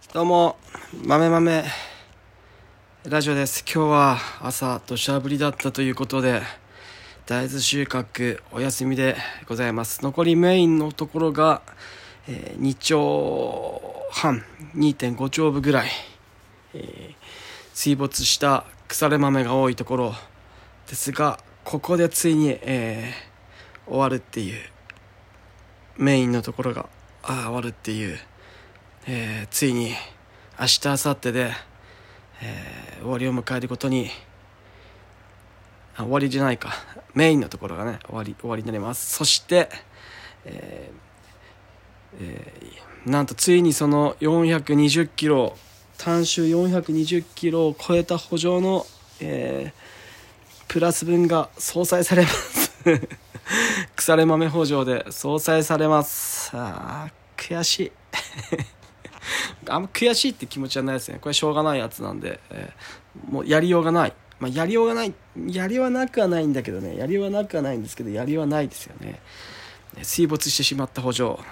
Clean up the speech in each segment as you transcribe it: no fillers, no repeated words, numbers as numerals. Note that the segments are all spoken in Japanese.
どうも豆ラジオです。今日は朝土砂降りだったということで大豆収穫お休みでございます。残りメインのところが、2丁半 2.5 丁分ぐらい、水没した腐れ豆が多いところですが、ここでついに、終わるっていう、メインのところが終わるっていう、ついに明日明後日で、終わりを迎えることに、終わりじゃないか、メインのところがね終わりになります。そして、なんとついにその420キロ単種420キロを超えた圃場の、プラス分が相殺されます腐れ豆圃場で相殺されます。悔しいあんま悔しいって気持ちはないですね。これしょうがないやつなんで、もうやりようがない、やりはなくはないんだけどね、やりはなくはないんですけど、やりはないですよね。水没してしまった圃場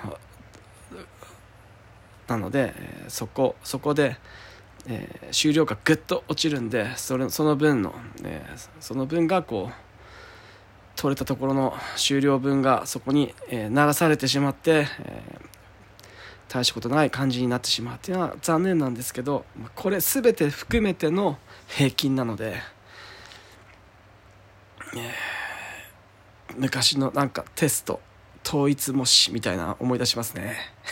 なので、そこで、収量がぐっと落ちるんで、その分がこう取れたところの収量分がそこに、鳴らされてしまって、大したことない感じになってしまうっていうのは残念なんですけど、これ全て含めての平均なので、昔のなんかテスト統一模試みたいな思い出しますね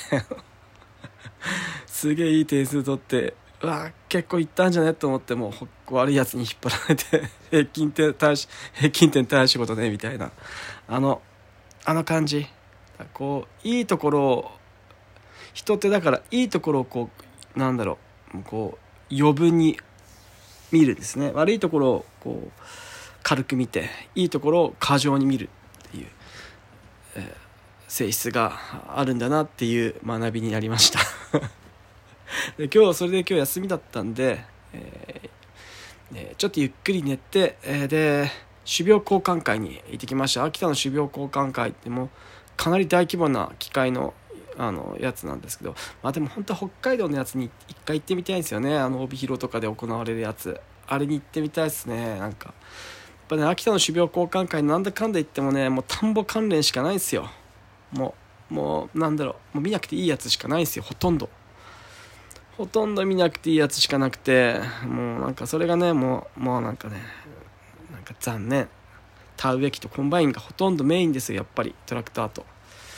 すげえいい点数取って、結構いったんじゃねと思っても悪いやつに引っ張られて平均点大したことねみたいな、あの感じ、こういいところを人ってだからいいところをこう余分に見るんですね。悪いところをこう軽く見て、いいところを過剰に見るっていう、性質があるんだなっていう学びになりましたで今日休みだったんで、ちょっとゆっくり寝て、で種苗交換会に行ってきました。秋田の種苗交換会ってもかなり大規模な機械のやつなんですけど、でも本当は北海道のやつに一回行ってみたいんですよね。帯広とかで行われるやつ、あれに行ってみたいですね。なんかやっぱね、秋田の種苗交換会なんだかんだ言ってもね、もう田んぼ関連しかないですよ。もう見なくていいやつしかないですよ。ほとんど見なくていいやつしかなくて、もうなんかそれがね、もうなんかね、なんか残念。田植え機とコンバインがほとんどメインですよ、やっぱりトラクターと。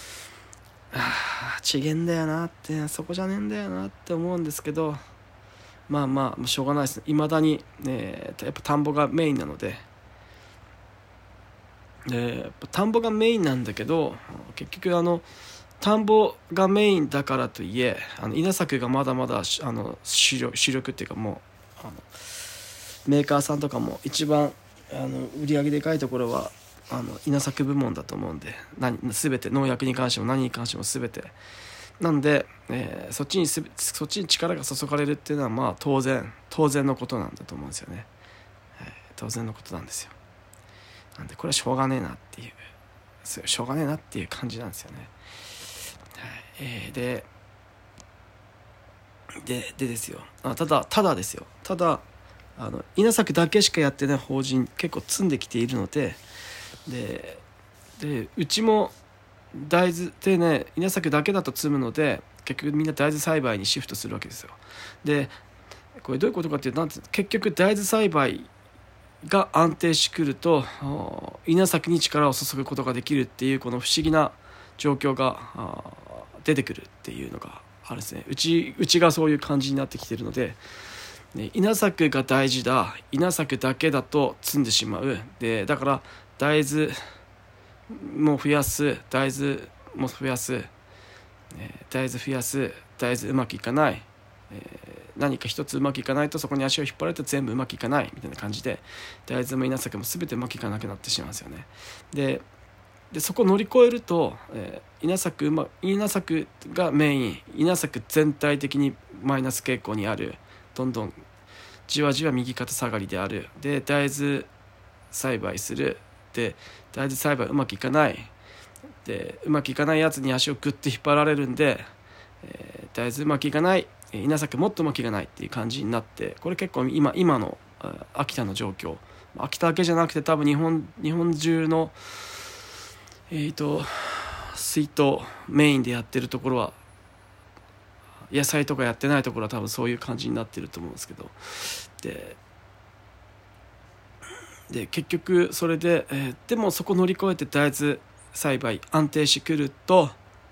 ちげんだよなって、そこじゃねえんだよなって思うんですけど、しょうがないです。未だに、やっぱ田んぼがメインなので、やっぱ田んぼがメインなんだけど、結局田んぼがメインだからといえ、稲作がまだまだ主力っていうか、もうメーカーさんとかも一番売り上げでかいところは稲作部門だと思うんで、全て農薬に関しても何に関しても全てなんで、そっちに力が注がれるっていうのは当然のことなんだと思うんですよね。当然のことなんですよ。なんでこれはしょうがねえなっていう感じなんですよね。でですよ。ただですよ。稲作だけしかやってない法人結構積んできているので、うちも大豆でね、稲作だけだと積むので、結局みんな大豆栽培にシフトするわけですよ。でこれどういうことかっていうと、結局大豆栽培が安定してくると稲作に力を注ぐことができるっていう、この不思議な状況が出てくるっていうのがあるんですね。うちがそういう感じになってきているので、稲作が大事だ、稲作だけだと積んでしまう。でだから大豆も増やす、大豆うまくいかない、何か一つうまくいかないとそこに足を引っ張られて全部うまくいかないみたいな感じで、大豆も稲作も全てうまくいかなくなってしまうんですよね。でそこを乗り越えると、稲作がメイン、稲作全体的にマイナス傾向にある、どんどんじわじわ右肩下がりである。で大豆栽培する。で大豆栽培うまくいかない。でうまくいかないやつに足をグッと引っ張られるんで、 大豆巻きがない、稲作もっと巻きがないっていう感じになって、これ結構今の秋田の状況、秋田だけじゃなくて多分日本中の水筒メインでやってるところは、野菜とかやってないところは多分そういう感じになってると思うんですけど、で結局それで、でもそこ乗り越えて大豆栽培安定してくると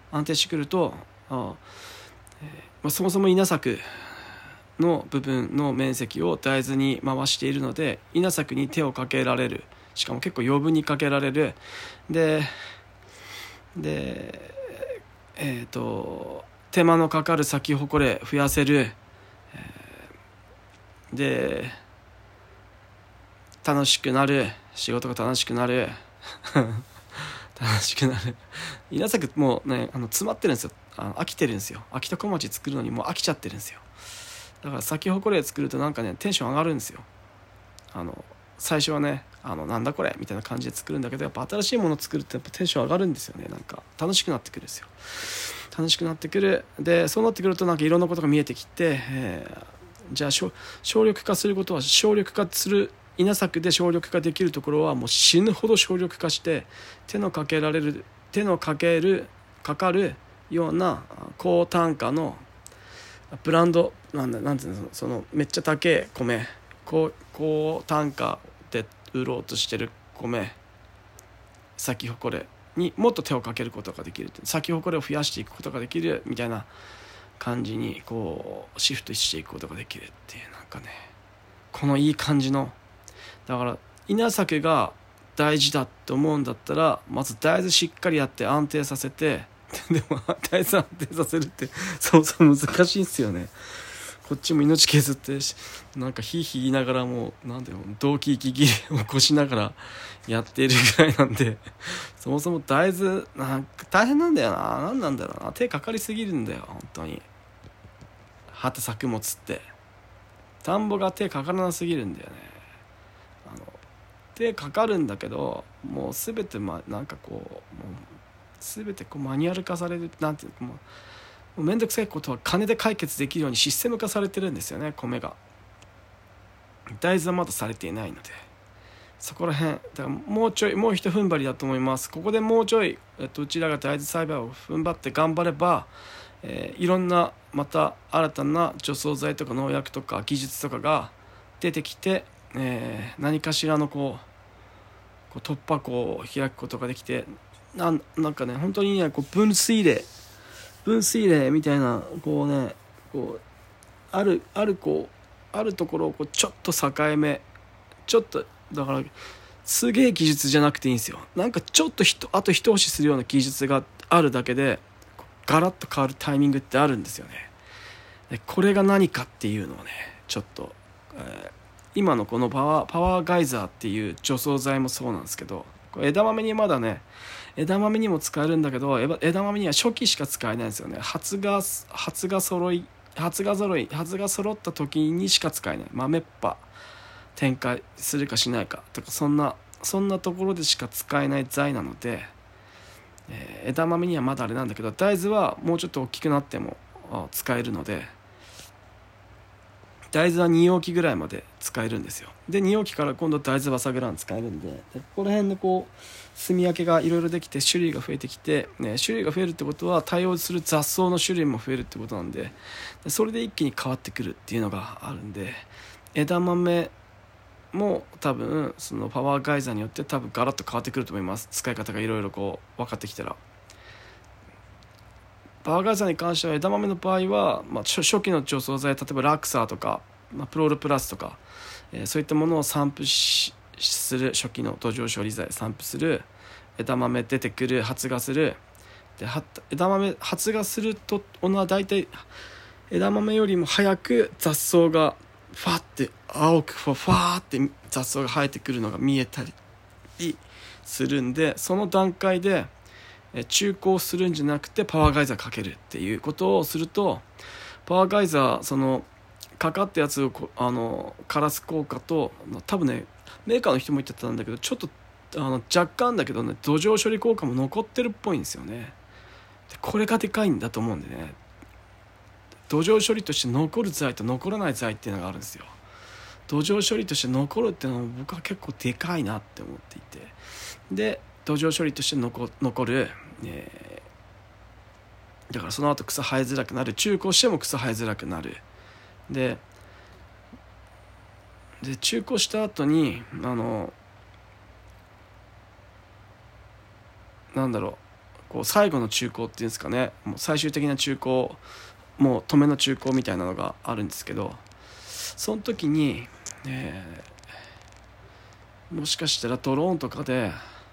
そもそも稲作の部分の面積を大豆に回しているので、稲作に手をかけられる、しかも結構余分にかけられる。で手間のかかる咲き誇れ増やせる、で楽しくなる、仕事が楽しくなる楽しくなる。稲作もうね詰まってるんですよ。飽きてるんですよ。秋田小町作るのにもう飽きちゃってるんですよ。だから咲き誇れ作るとなんかねテンション上がるんですよ。最初はねなんだこれみたいな感じで作るんだけど、やっぱ新しいものを作るとやっぱテンション上がるんですよね。なんか楽しくなってくるんですよ。楽しくなってくる。でそうなってくるとなんかいろんなことが見えてきて、じゃあ省力化することは、省力化する稲作で省力化できるところはもう死ぬほど省力化して、手のかかるような高単価のブランドなんていうの、そのめっちゃ高い米、高単価で売ろうとしてる米、咲き誇れにもっと手をかけることができる、咲き誇れを増やしていくことができるみたいな感じにこうシフトしていくことができるっていう、なんかねこのいい感じの、だから稲作が大事だと思うんだったら、まず大豆しっかりやって安定させてでも大豆安定させるってそもそも難しいんですよね。こっちも命削ってなんかヒーヒー言いながらもなんだよ、動機息切れを起こしながらやっているぐらいなんで、そもそも大豆なんか大変なんだよな。なんなんだろうな、手かかりすぎるんだよ本当に。畑作物って田んぼが手かからなすぎるんだよね。手かかるんだけど、もう全てなんかこうもう全てこうマニュアル化される、なんていうの、もうめんどくさいことは金で解決できるようにシステム化されてるんですよね。米が、大豆はまだされていないので、そこら辺だからもう一踏ん張りだと思います。ここでもうちょい、うちらが大豆栽培を踏ん張って頑張れば、いろんなまた新たな除草剤とか農薬とか技術とかが出てきて、何かしらのこう突破口を開くことができて、なんかね本当にねこう分水嶺みたいなこうねこうあるところをこうちょっと境目、ちょっとだからすげえ技術じゃなくていいんですよ。なんかちょっとあと一押しするような技術があるだけでガラッと変わるタイミングってあるんですよね。でこれが何かっていうのをねちょっと、今のこのパワーガイザーっていう除草剤もそうなんですけど、枝豆にまだね枝豆にも使えるんだけど、枝豆には初期しか使えないんですよね。発芽揃った時にしか使えない、豆っ葉展開するかしないかとか、そんなところでしか使えない材なので、枝豆にはまだあれなんだけど、大豆はもうちょっと大きくなっても使えるので、大豆は2容器ぐらいまで使えるんですよ。で2容器から今度大豆バサグラン使えるんで、ここら辺のこう住み分けがいろいろできて種類が増えてきて、種類が増えるってことは対応する雑草の種類も増えるってことなんで、それで一気に変わってくるっていうのがあるんで、枝豆も多分そのパワーガイザーによって多分ガラッと変わってくると思います。使い方がいろいろこう分かってきたら。パワーガイザーに関しては枝豆の場合は、初期の除草剤、例えばラクサーとか、プロールプラスとか、そういったものを散布する、初期の土壌処理剤散布する、枝豆出てくる、発芽する、で枝豆発芽すると大体枝豆よりも早く雑草がファって青くファーって雑草が生えてくるのが見えたりするんで、その段階で中耕するんじゃなくてパワーガイザーかけるっていうことをすると、パワーガイザーそのかかったやつを枯らす効果と、多分ねメーカーの人も言ってたんだけど、ちょっと若干だけどね土壌処理効果も残ってるっぽいんですよね。でこれがでかいんだと思うんでね、 土壌処理として残る材と残らない材っていうのがあるんですよ。土壌処理として残るっていうのは僕は結構でかいなって思っていて、で土壌処理として残る、だからその後草生えづらくなる、中耕しても草生えづらくなる。で中耕した後になんだろう、こう最後の中耕っていうんですかね、もう最終的な中耕、もう止めの中耕みたいなのがあるんですけど、その時に、もしかしたらドローンとかで、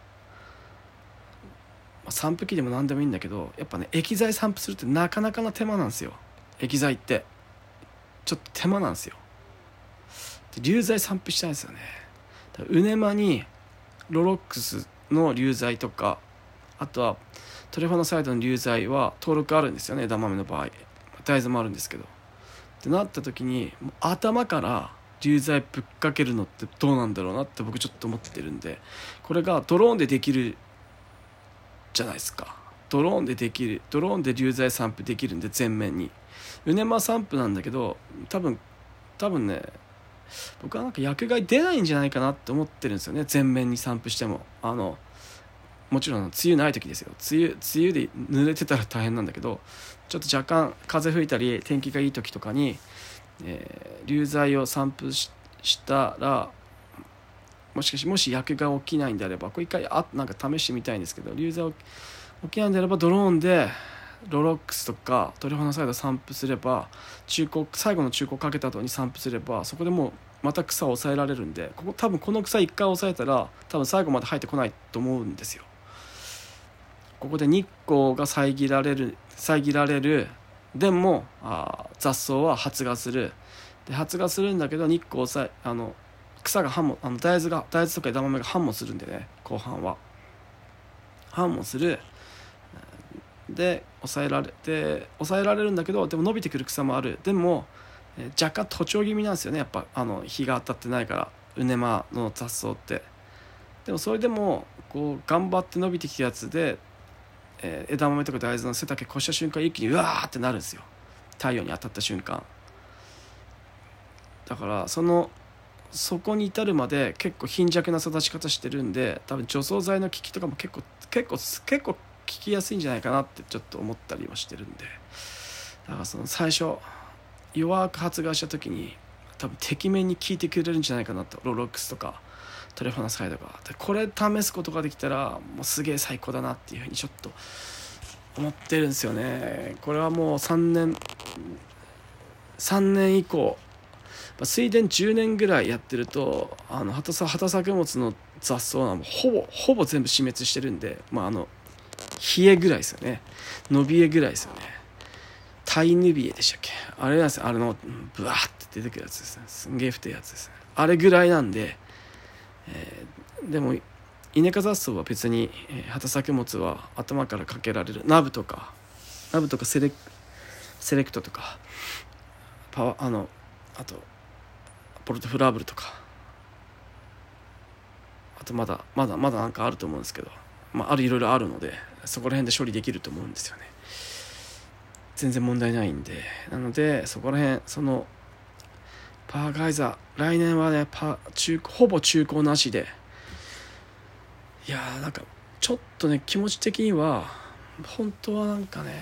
散布機でも何でもいいんだけど、やっぱね液剤散布するってなかなかな手間なんですよ。液剤ってちょっと手間なんですよ。で流剤散布したいんですよね。ウネマにロロックスの流剤とか、あとはトレファノサイドの流剤は登録あるんですよね、枝豆の場合。大豆もあるんですけど、ってなった時にもう頭から流剤ぶっかけるのってどうなんだろうなって僕ちょっと思ってるんで、これがドローンでできるじゃないですか。ドローンで流剤散布できるんで、全面にウネマ散布なんだけど、多分ね、僕はなんか薬害出ないんじゃないかなって思ってるんですよね。全面に散布してももちろん梅雨ない時ですよ。梅雨で濡れてたら大変なんだけど、ちょっと若干風吹いたり天気がいい時とかに、流剤を散布したら、もし薬が起きないんであれば、これ一回なんか試してみたいんですけど、流剤起きないんであればドローンでロロックスとかトリファノサイド散布すれば、最後の中耕かけた後に散布すれば、そこでもうまた草を抑えられるんで、多分この草一回抑えたら多分最後まで生えてこないと思うんですよ。ここで日光が遮られる、でも雑草は発芽する。で発芽するんだけど、日光を草が大豆とか枝豆が繁茂するんでね、後半は繁茂する。で抑えられるんだけど、でも伸びてくる草もある。でも、若干徒長気味なんですよね、やっぱ日が当たってないから、ウネマの雑草って。でもそれでもこう頑張って伸びてきたやつで、枝豆とか大豆の背丈越した瞬間、一気にうわーってなるんですよ、太陽に当たった瞬間。だからそこに至るまで結構貧弱な育ち方してるんで、多分除草剤の効きとかも結構効きやすいんじゃないかなってちょっと思ったりはしてるんで、だからその最初弱く発芽した時に多分てきめんに効いてくれるんじゃないかなと、ロロックスとかトレファノサイドが。でこれ試すことができたらもうすげえ最高だなっていうふうにちょっと思ってるんですよね。これはもう3年以降、水田10年ぐらいやってると、畑作物の雑草はもうほぼ全部死滅してるんで、冷えぐらいですよね、伸びえぐらいですよね。タイヌビエでしたっけ、あれなんですよ、ブワーって出てくるやつですね、すんげえ太いやつですね、あれぐらいなんで、でもイネ科雑草は別に、畑作物は頭からかけられる。ナブとかセレクトとかあとポルトフラーブルとか、あとまだなんかあると思うんですけど、いろいろあるので、そこら辺で処理できると思うんですよね。全然問題ないんで。なのでそこら辺、そのパーガイザー来年はねほぼ中耕なしで、いやなんかちょっとね気持ち的には本当は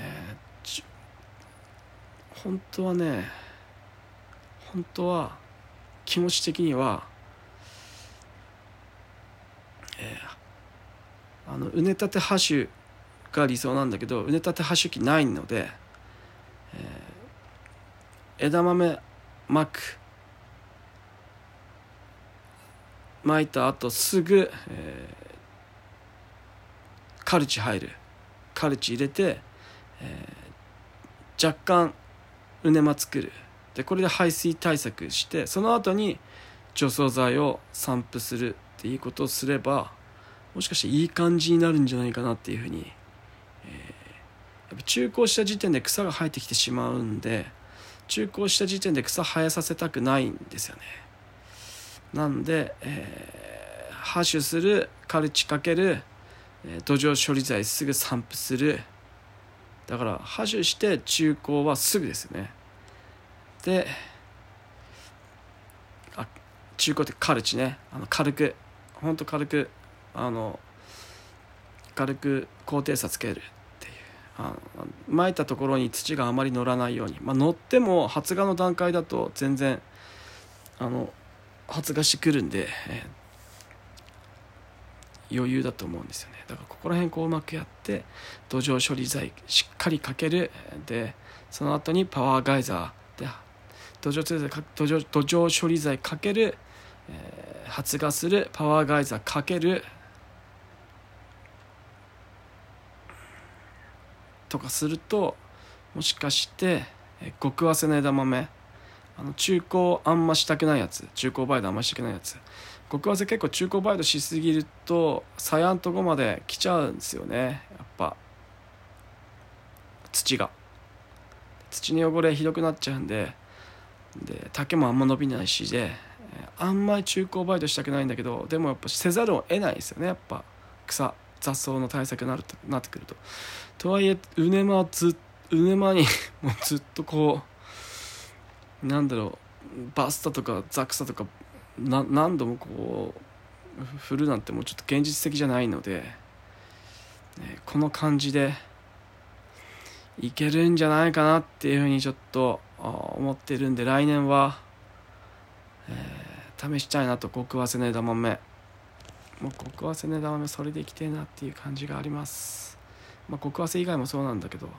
気持ち的には、畝立てハッシュが理想なんだけど、畝立てハッシュ機ないので、枝豆巻いた後すぐ、カルチ入れて、若干畝間作る。でこれで排水対策して、その後に除草剤を散布するっていうことをすれば、もしかしていい感じになるんじゃないかなっていうふうに、やっぱ中耕した時点で草が生えてきてしまうんで、中耕した時点で草生えさせたくないんですよね。なんで、ハッシュする、カルチかける、土壌処理剤すぐ散布する。だからハッシュして中耕はすぐですよね。 で中古ってカルチね、軽くほんと軽く軽く高低差つけるっていう撒いたところに土があまり乗らないように、乗っても発芽の段階だと全然発芽してくるんで、余裕だと思うんですよね。だからここら辺こううまくやって土壌処理剤しっかりかける。でその後にパワーガイザーで土壌処理剤かける、発芽するパワーガイザーかけるとかすると、もしかして極早生の枝豆、中高あんましたくないやつ、中高バイドあんましたくないやつ、極早生結構中高バイドしすぎるとサヤンと5まで来ちゃうんですよね。やっぱ土の汚れひどくなっちゃうんで、竹もあんま伸びないしで、あんまり中高バイトしたくないんだけど、でもやっぱせざるを得ないですよね。やっぱ雑草の対策になってくると。とはいえうねまにもうずっとこうバスタとかザクサとか何度もこう振るなんてもうちょっと現実的じゃないので、この感じでいけるんじゃないかなっていうふうにちょっと思ってるんで、来年は、試したいなと。極早生の枝豆、もう極早生の枝豆それでいきてえなっていう感じがあります。極早生以外もそうなんだけど、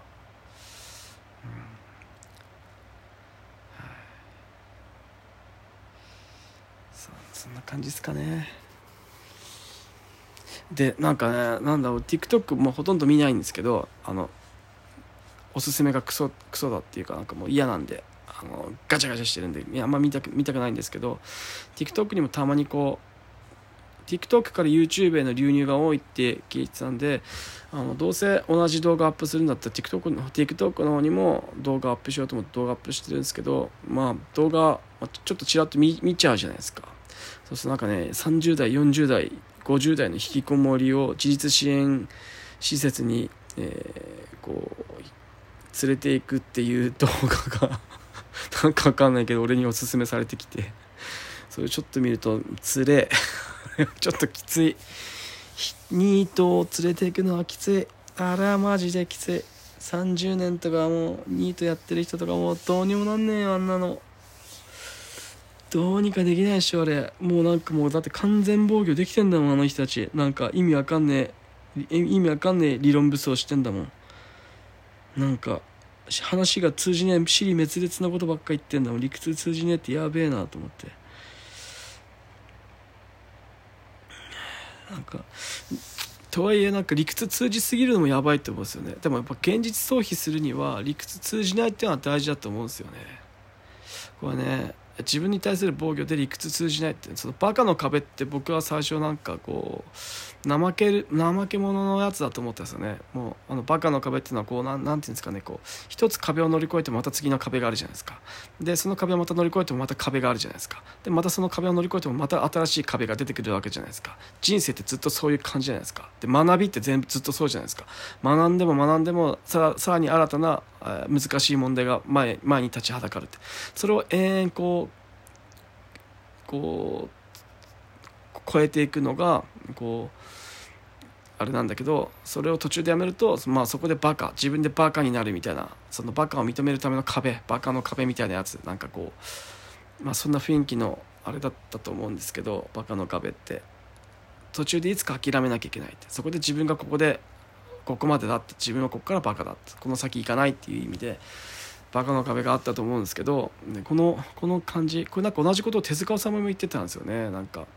そんな感じですかね。でTikTok もほとんど見ないんですけど、おすすめがクソだっていうか、もう嫌なんでガチャガチャしてるんであんま見たくないんですけど、 TikTok にもたまにこう TikTok から YouTube への流入が多いって聞いてたんで、どうせ同じ動画アップするんだったら TikTok の方にも動画アップしようと思って動画アップしてるんですけど、動画ちょっとちらっと 見ちゃうじゃないですか。そうすると30代40代50代の引きこもりを自立支援施設に、こう連れていくっていう動画が分かんないけど俺におすすめされてきて、それちょっと見るとつれちょっときつい。ニートを連れていくのはきつい。あれはマジできつい。30年とかもうニートやってる人とかもうどうにもなんねえよ、あんなのどうにかできないでしょあれ。もうだって完全防御できてんだもん、あの人たち。意味わかんねえ理論武装してんだもん。話が通じねえ、支離滅裂なことばっか言ってんだもん。理屈通じねえってやべえなと思って。とはいえ理屈通じすぎるのもやばいって思うんですよね。でもやっぱ現実逃避するには理屈通じないっていうのは大事だと思うんですよね。これね、自分に対する防御で理屈通じないって、そのバカの壁って僕は最初こう怠け者のやつだと思ったんですよね。もうバカの壁っていうのはこうなんていうんですかね、こう一つ壁を乗り越えてもまた次の壁があるじゃないですか。でその壁をまた乗り越えてもまた壁があるじゃないですか。でまたその壁を乗り越えてもまた新しい壁が出てくるわけじゃないですか。人生ってずっとそういう感じじゃないですか。で学びってずっとそうじゃないですか。学んでもさらに新たな難しい問題が前に立ちはだかるって、それを延々こう超えていくのがあれなんだけど、それを途中でやめると、そこで自分でバカになるみたいな、そのバカを認めるためのバカの壁みたいなやつ、そんな雰囲気のあれだったと思うんですけど、バカの壁って途中でいつか諦めなきゃいけないって、そこで自分がここまでだって、自分はここからバカだって、この先行かないっていう意味でバカの壁があったと思うんですけど、この感じ、これ同じことを手塚治虫も言ってたんですよね。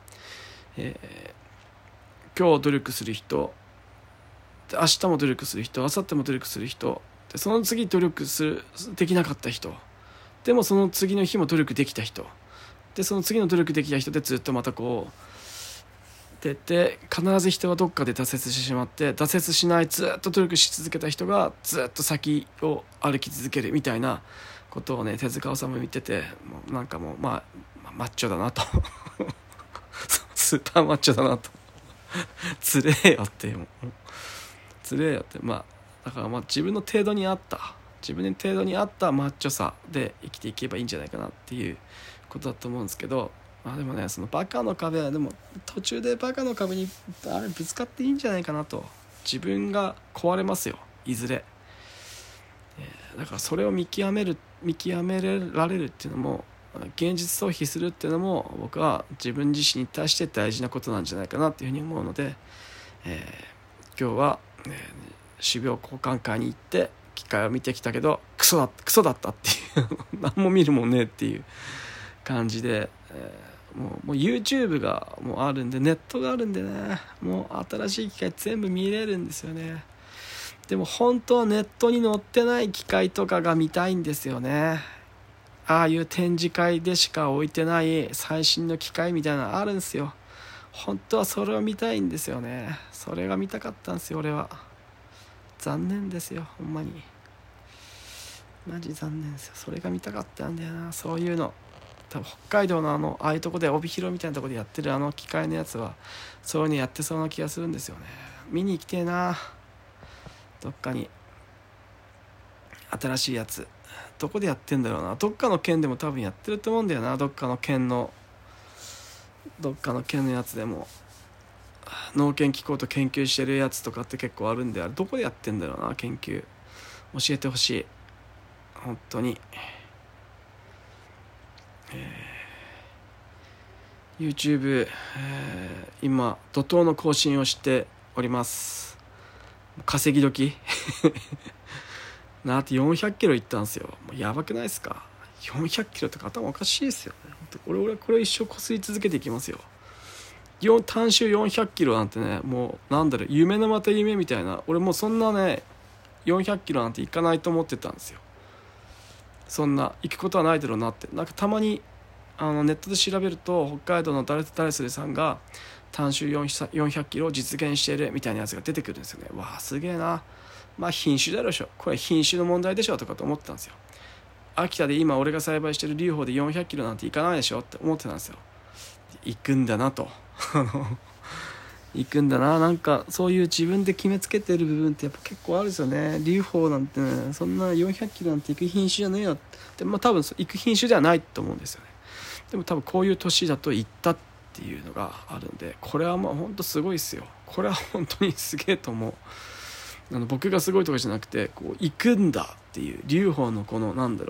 今日努力する人、明日も努力する人、明後日も努力する人で、その次努力できなかった人でもその次の日も努力できた人で、その次の努力できた人でずっとまた出て、必ず人はどっかで挫折してしまって、挫折しない、ずっと努力し続けた人がずっと先を歩き続けるみたいなことをね、手塚治虫も言ってて、マッチョだなとスーパーマッチョだなとつれえよってだから自分の程度に合った自分の程度に合ったマッチョさで生きていけばいいんじゃないかなっていうことだと思うんですけど、でもね、そのバカの壁はでも途中でバカの壁にぶつかっていいんじゃないかなと。自分が壊れますよ、いずれ。だからそれを見極められるっていうのも、現実逃避するっていうのも、僕は自分自身に対して大事なことなんじゃないかなっていうふうに思うので、今日は、種苗交換会に行って機械を見てきたけどクソだったっていう何も見るもんねっていう感じで、もう YouTube がもうあるんで、ネットがあるんでね、もう新しい機械全部見れるんですよね。でも本当はネットに載ってない機械とかが見たいんですよね。ああいう展示会でしか置いてない最新の機械みたいなのあるんですよ。本当はそれを見たいんですよね。それが見たかったんですよ、俺は。残念ですよ、ほんまにマジ残念ですよ。それが見たかったんだよな。そういうの多分北海道のああいうとこで帯広みたいなとこでやってる機械のやつはそういうのやってそうな気がするんですよね。見に行きてえな、どっかに新しいやつ。どこでやってんだろうな。どっかの県でも多分やってると思うんだよな。どっかの県のやつでも農研機構と研究してるやつとかって結構あるんで、あれどこでやってんだろうな。研究教えてほしい、本当に。YouTube、今怒涛の更新をしております。稼ぎ時なって400キロいったんですよ。もうやばくないですか。400キロとか頭おかしいですよね。俺これ一生こすり続けていきますよ。単周400キロなんてね、もう夢のまた夢みたいな。俺もうそんなね400キロなんていかないと思ってたんですよ。そんな行くことはないだろうなって。なんかたまにネットで調べると北海道の誰と誰それさんが単周400キロを実現しているみたいなやつが出てくるんですよね。わあすげえな。品種だろうしょ、これ品種の問題でしょとかと思ってたんですよ。秋田で今俺が栽培してる龍宝で400キロなんていかないでしょって思ってたんですよ。行くんだなと行くんだな。なんかそういう自分で決めつけてる部分ってやっぱ結構あるんですよね。龍宝なんてね、そんな400キロなんて行く品種じゃねえよって、多分行く品種ではないと思うんですよね。でも多分こういう年だと行ったっていうのがあるんで、これは本当すごいですよ。これは本当にすげえと思う。僕がすごいとかじゃなくて、こう行くんだっていう龍宝のこのなんてい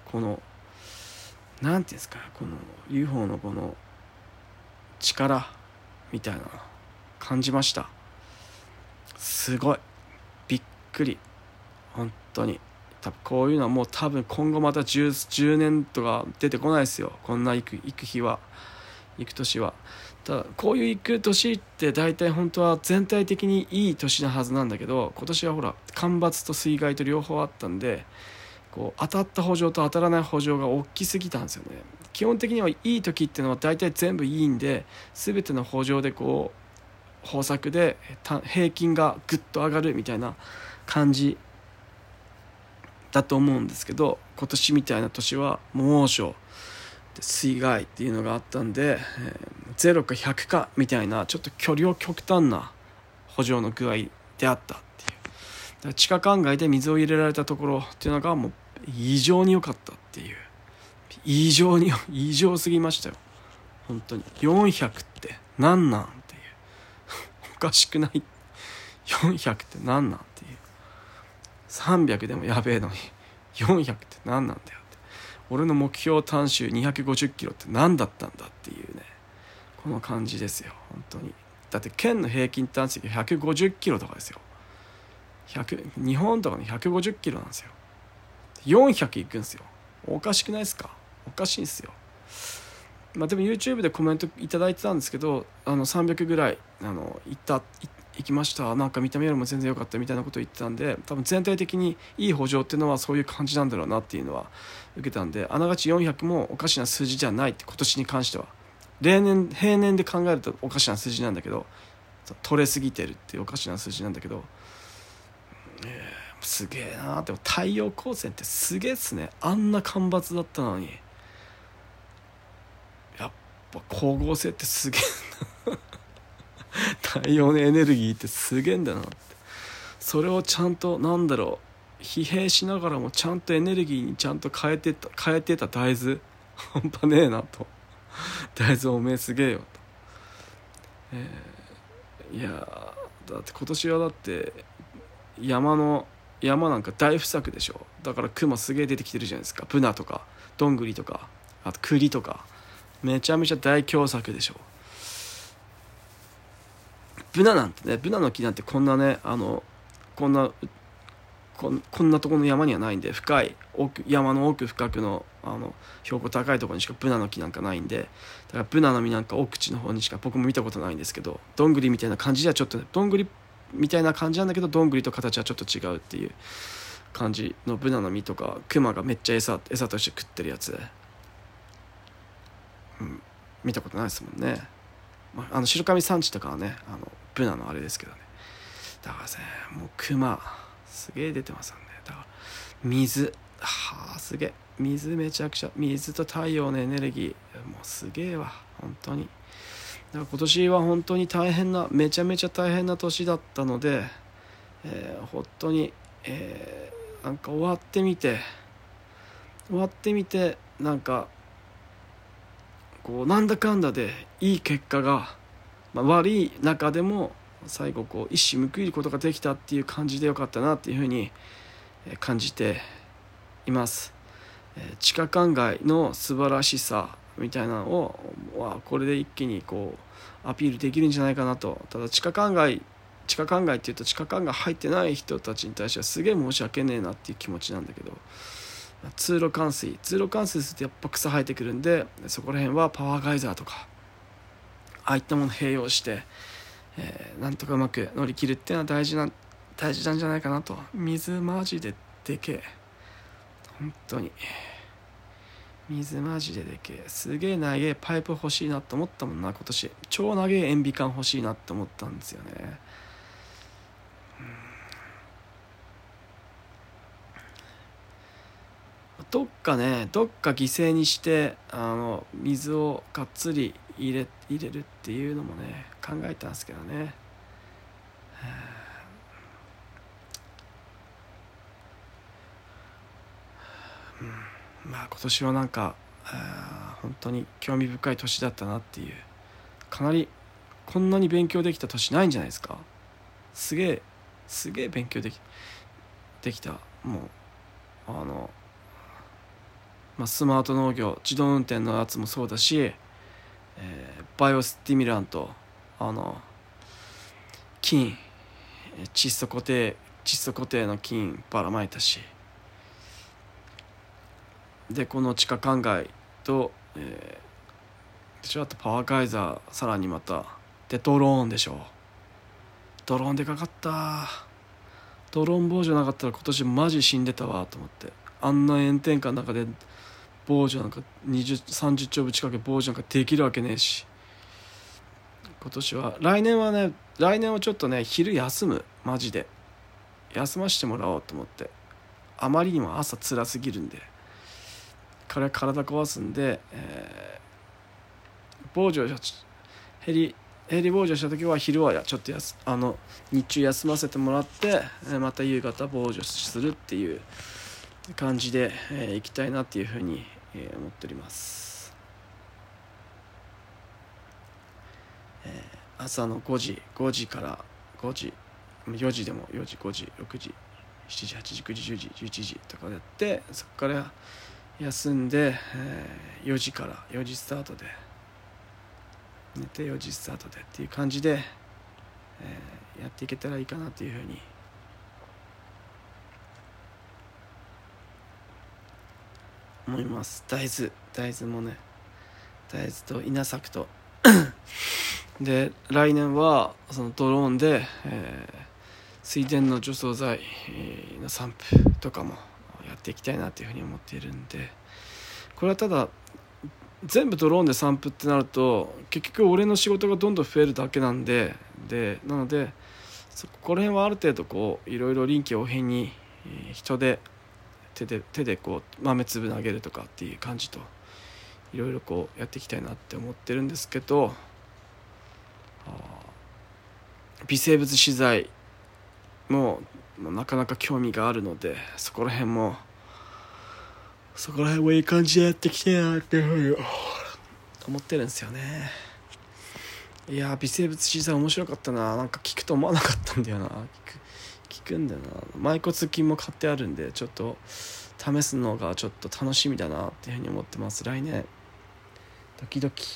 うんですか、この龍宝のこの力みたいなの感じました。すごいびっくり、本当に。多分こういうのはもう多分今後また 10年とか出てこないですよ。こんな行く年は。ただこういう行く年って大体本当は全体的にいい年なはずなんだけど、今年はほら干ばつと水害と両方あったんで、こう当たった補助と当たらない補助が大きすぎたんですよね。基本的にはいい時っていうのは大体全部いいんで、全ての補助でこう豊作で平均がぐっと上がるみたいな感じだと思うんですけど、今年みたいな年は猛暑水害っていうのがあったんで、0か100かみたいなちょっと極端な補助の具合であったっていう。だから地下灌漑で水を入れられたところっていうのがもう異常に良かったっていう。異常すぎましたよ本当に。400って何なんっていうおかしくない。400って何なんっていう。300でもやべえのに400って何なんだよって。俺の目標単周250キロって何だったんだっていうね、この感じですよ本当に。だって県の平均単数が150キロとかですよ。日本とかの150キロなんですよ。400いくんですよ。おかしくないですか。おかしいんですよ。でも YouTube でコメントいただいてたんですけど、300ぐらい行きました、なんか見た目よりも全然良かったみたいなことを言ってたんで、多分全体的にいい補助っていうのはそういう感じなんだろうなっていうのは受けたんで、あながち400もおかしな数字じゃないって。今年に関しては平年で考えるとおかしな数字なんだけど、取れすぎてるっていうおかしな数字なんだけど、すげえな。でも太陽光線ってすげえっすね。あんな干ばつだったのにやっぱ光合成ってすげえな太陽のエネルギーってすげえんだなって。それをちゃんと疲弊しながらもちゃんとエネルギーにちゃんと変えてた大豆半端ねえなと。大豆おめえすげえよと、いやだって今年はだって山なんか大不作でしょ。だからクマすげえ出てきてるじゃないですか。ブナとかどんぐりとかあと栗とかめちゃめちゃ大凶作でしょ。ブナなんてね、ブナの木なんてこんなねこんなところの山にはないんで、深い山の奥深くの標高高いところにしかブナの木なんかないんで、だからブナの実なんか奥地の方にしか僕も見たことないんですけど、どんぐりみたいな感じではちょっとね、どんぐりみたいな感じなんだけどどんぐりと形はちょっと違うっていう感じのブナの実とか、クマがめっちゃ餌として食ってるやつ、見たことないですもんね。白神山地とかはねブナのあれですけどね。だからね、もうクマすげえ出てますよね。だから水すげえ水、めちゃくちゃ水と太陽のエネルギーもうすげえわ本当に。だから今年は本当にめちゃめちゃ大変な年だったので、本当に、なんか終わってみてなんかこうなんだかんだでいい結果が、悪い中でも最後こう一矢報いることができたっていう感じでよかったなっていうふうに感じています。地下灌漑の素晴らしさみたいなのをこれで一気にこうアピールできるんじゃないかなと。ただ地下灌漑っていうと地下灌漑入ってない人たちに対してはすげえ申し訳ねえなっていう気持ちなんだけど、通路冠水するとやっぱ草生えてくるんで、そこら辺はパワーガイザーとかああいったものを併用して、なんとかうまく乗り切るっていうのは大事なんじゃないかなと。水マジででけえ本当に。水マジででけえ。すげえ長えパイプ欲しいなと思ったもんな。今年超長え塩ビ管欲しいなって思ったんですよね。どっか犠牲にして水をがっつり入れるっていうのもね考えたんですけどね。今年はなんか本当に興味深い年だったなっていう。かなりこんなに勉強できた年ないんじゃないですか。すげえ勉強できた。もうスマート農業自動運転のやつもそうだし、バイオスティミュラント菌窒素固定の菌ばらまいたし、でこの地下灌漑と、あとパワーガイザー、さらにまたでドローンでしょ。ドローンでかかった。ドローン棒じゃなかったら今年マジ死んでたわと思って。あんな炎天下の中で棒じゃなんか30丁分近く棒じゃなんかできるわけねえし。来年はちょっとね昼休む、マジで休ませてもらおうと思って。あまりにも朝辛すぎるんで体壊すんで、ヘリ傍受した時は昼はちょっと日中休ませてもらって、また夕方傍受するっていう感じで、行きたいなっていうふうに、思っております。朝の5時から4時でも4時5時6時7時8時9時10時11時とかやって、そこから休んで、4時スタートで寝て4時スタートでっていう感じで、やっていけたらいいかなっていうふうに思います。大豆もね、大豆と稲作とで来年はそのドローンで、水田の除草剤の散布とかもやっていきたいなというふうに思っているんで、これはただ全部ドローンで散布ってなると結局俺の仕事がどんどん増えるだけなんで、なのでこの辺はある程度こういろいろ臨機応変に人で手でこう豆粒投げるとかっていう感じといろいろこうやっていきたいなって思ってるんですけど、微生物資材もなかなか興味があるので、そこら辺もいい感じでやってきてなっていうふうに思ってるんですよね。いや微生物審査面白かったな。なんか聞くと思わなかったんだよな。聞くんだよな。マイコツ菌も買ってあるんで、ちょっと試すのがちょっと楽しみだなっていうふうに思ってます。来年ドキドキ。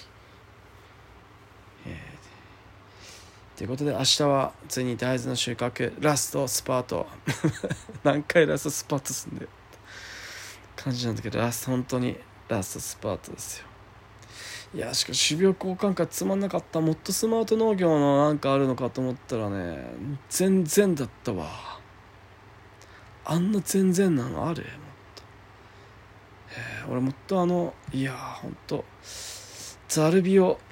ということで明日はついに大豆の収穫、ラストスパート何回ラストスパートすんだよ感じなんだけど、本当にラストスパートですよ。いやしかし種苗交換会つまんなかった。もっとスマート農業のなんかあるのかと思ったらね、全然だったわ。あんな全然なのある？もっと俺もっといやほんとザルビオ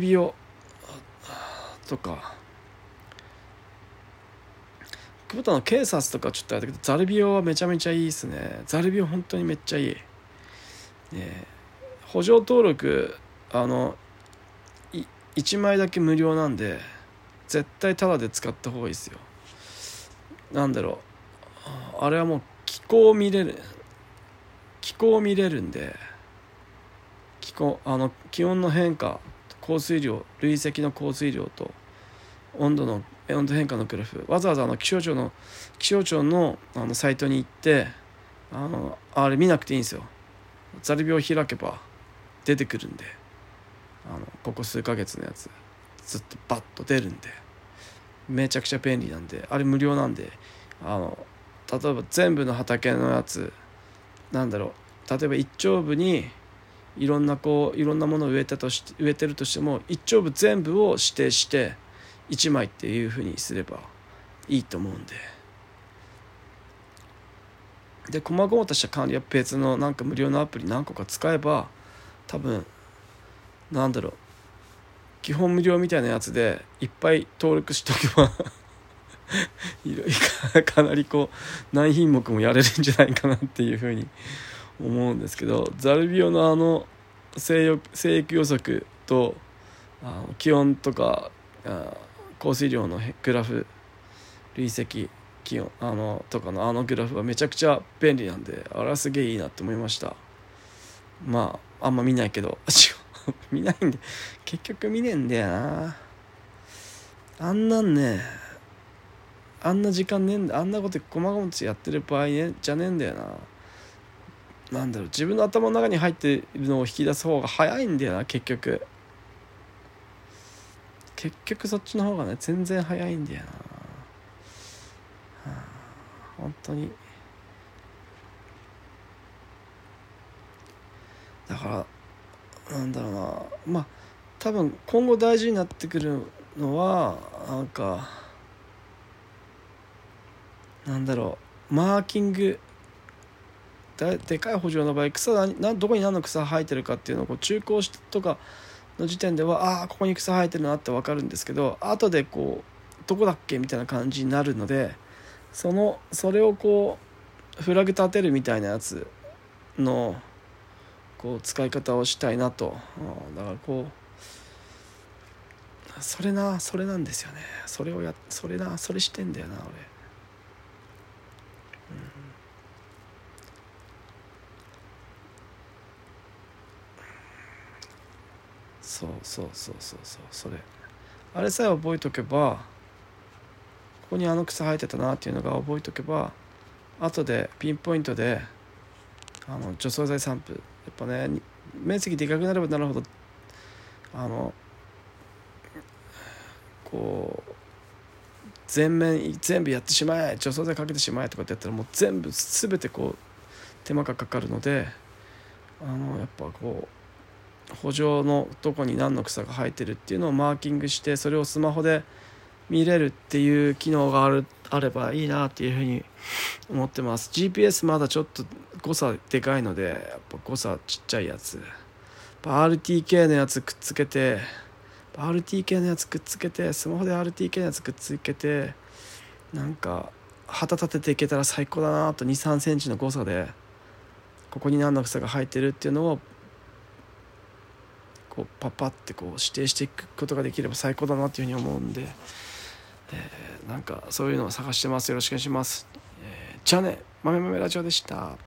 とか久保田のケイサスとかちょっとあれだけど、ザルビオはめちゃめちゃいいですね。ザルビオ本当にめっちゃいい、補助登録1枚だけ無料なんで絶対タダで使った方がいいですよ。なんだろう、あれはもう気候を見れるんで、気温の変化、降水量、累積の降水量と温度変化のグラフ、わざわざ気象庁のサイトに行ってあれ見なくていいんですよ。ザルビを開けば出てくるんで、ここ数ヶ月のやつずっとバッと出るんでめちゃくちゃ便利なんで、あれ無料なんで、例えば全部の畑のやつ、なんだろう、例えば一丁部にいろんなものを植えてるとしても、一丁部全部を指定して1枚っていう風にすればいいと思うんで、細々とした管理は別のなんか無料のアプリ何個か使えば、多分なんだろう、基本無料みたいなやつでいっぱい登録しとけばかなり何品目もやれるんじゃないかなっていう風に思うんですけど、ザルビオの生育予測と気温とか降水量のグラフ、累積気温とかのグラフはめちゃくちゃ便利なんで、あれはすげえいいなって思いました。まああんま見ないけど見ないんで、結局見ねえんだよな。あんな時間ねえんだ。あんなこと細々とやってる場合じゃねえんだよな。なんだろう、自分の頭の中に入っているのを引き出す方が早いんだよな。結局そっちの方がね全然早いんだよな、本当に。だからなんだろうな、まあ多分今後大事になってくるのはなんかなんだろう、マーキング、でかい補助の場合どこに何の草生えてるかっていうのを中高とかの時点ではここに草生えてるなって分かるんですけど、後でどこだっけみたいな感じになるので、それをフラグ立てるみたいなやつの使い方をしたいなと。だからそれなんですよね。それしてんだよな俺、そうそれあれさえ覚えとけば、ここに草生えてたなっていうのが覚えとけば、後でピンポイントで除草剤散布、やっぱね面積でかくなればなるほど全部やってしまえ、除草剤かけてしまえとかってやったらもう全て手間がかかるので、やっぱ補助のとこに何の草が生えてるっていうのをマーキングして、それをスマホで見れるっていう機能があればいいなっていうふうに思ってます。 GPS まだちょっと誤差でかいので、やっぱ誤差ちっちゃいやつ、RTK のやつくっつけてスマホで RTK のやつくっつけてなんか旗立てていけたら最高だなと。 2,3 センチの誤差でここに何の草が生えてるっていうのをパッパって指定していくことができれば最高だなっていうふうに思うんで、 なんかそういうのを探してます。よろしくお願いします。じゃあね、豆豆ラジオでした。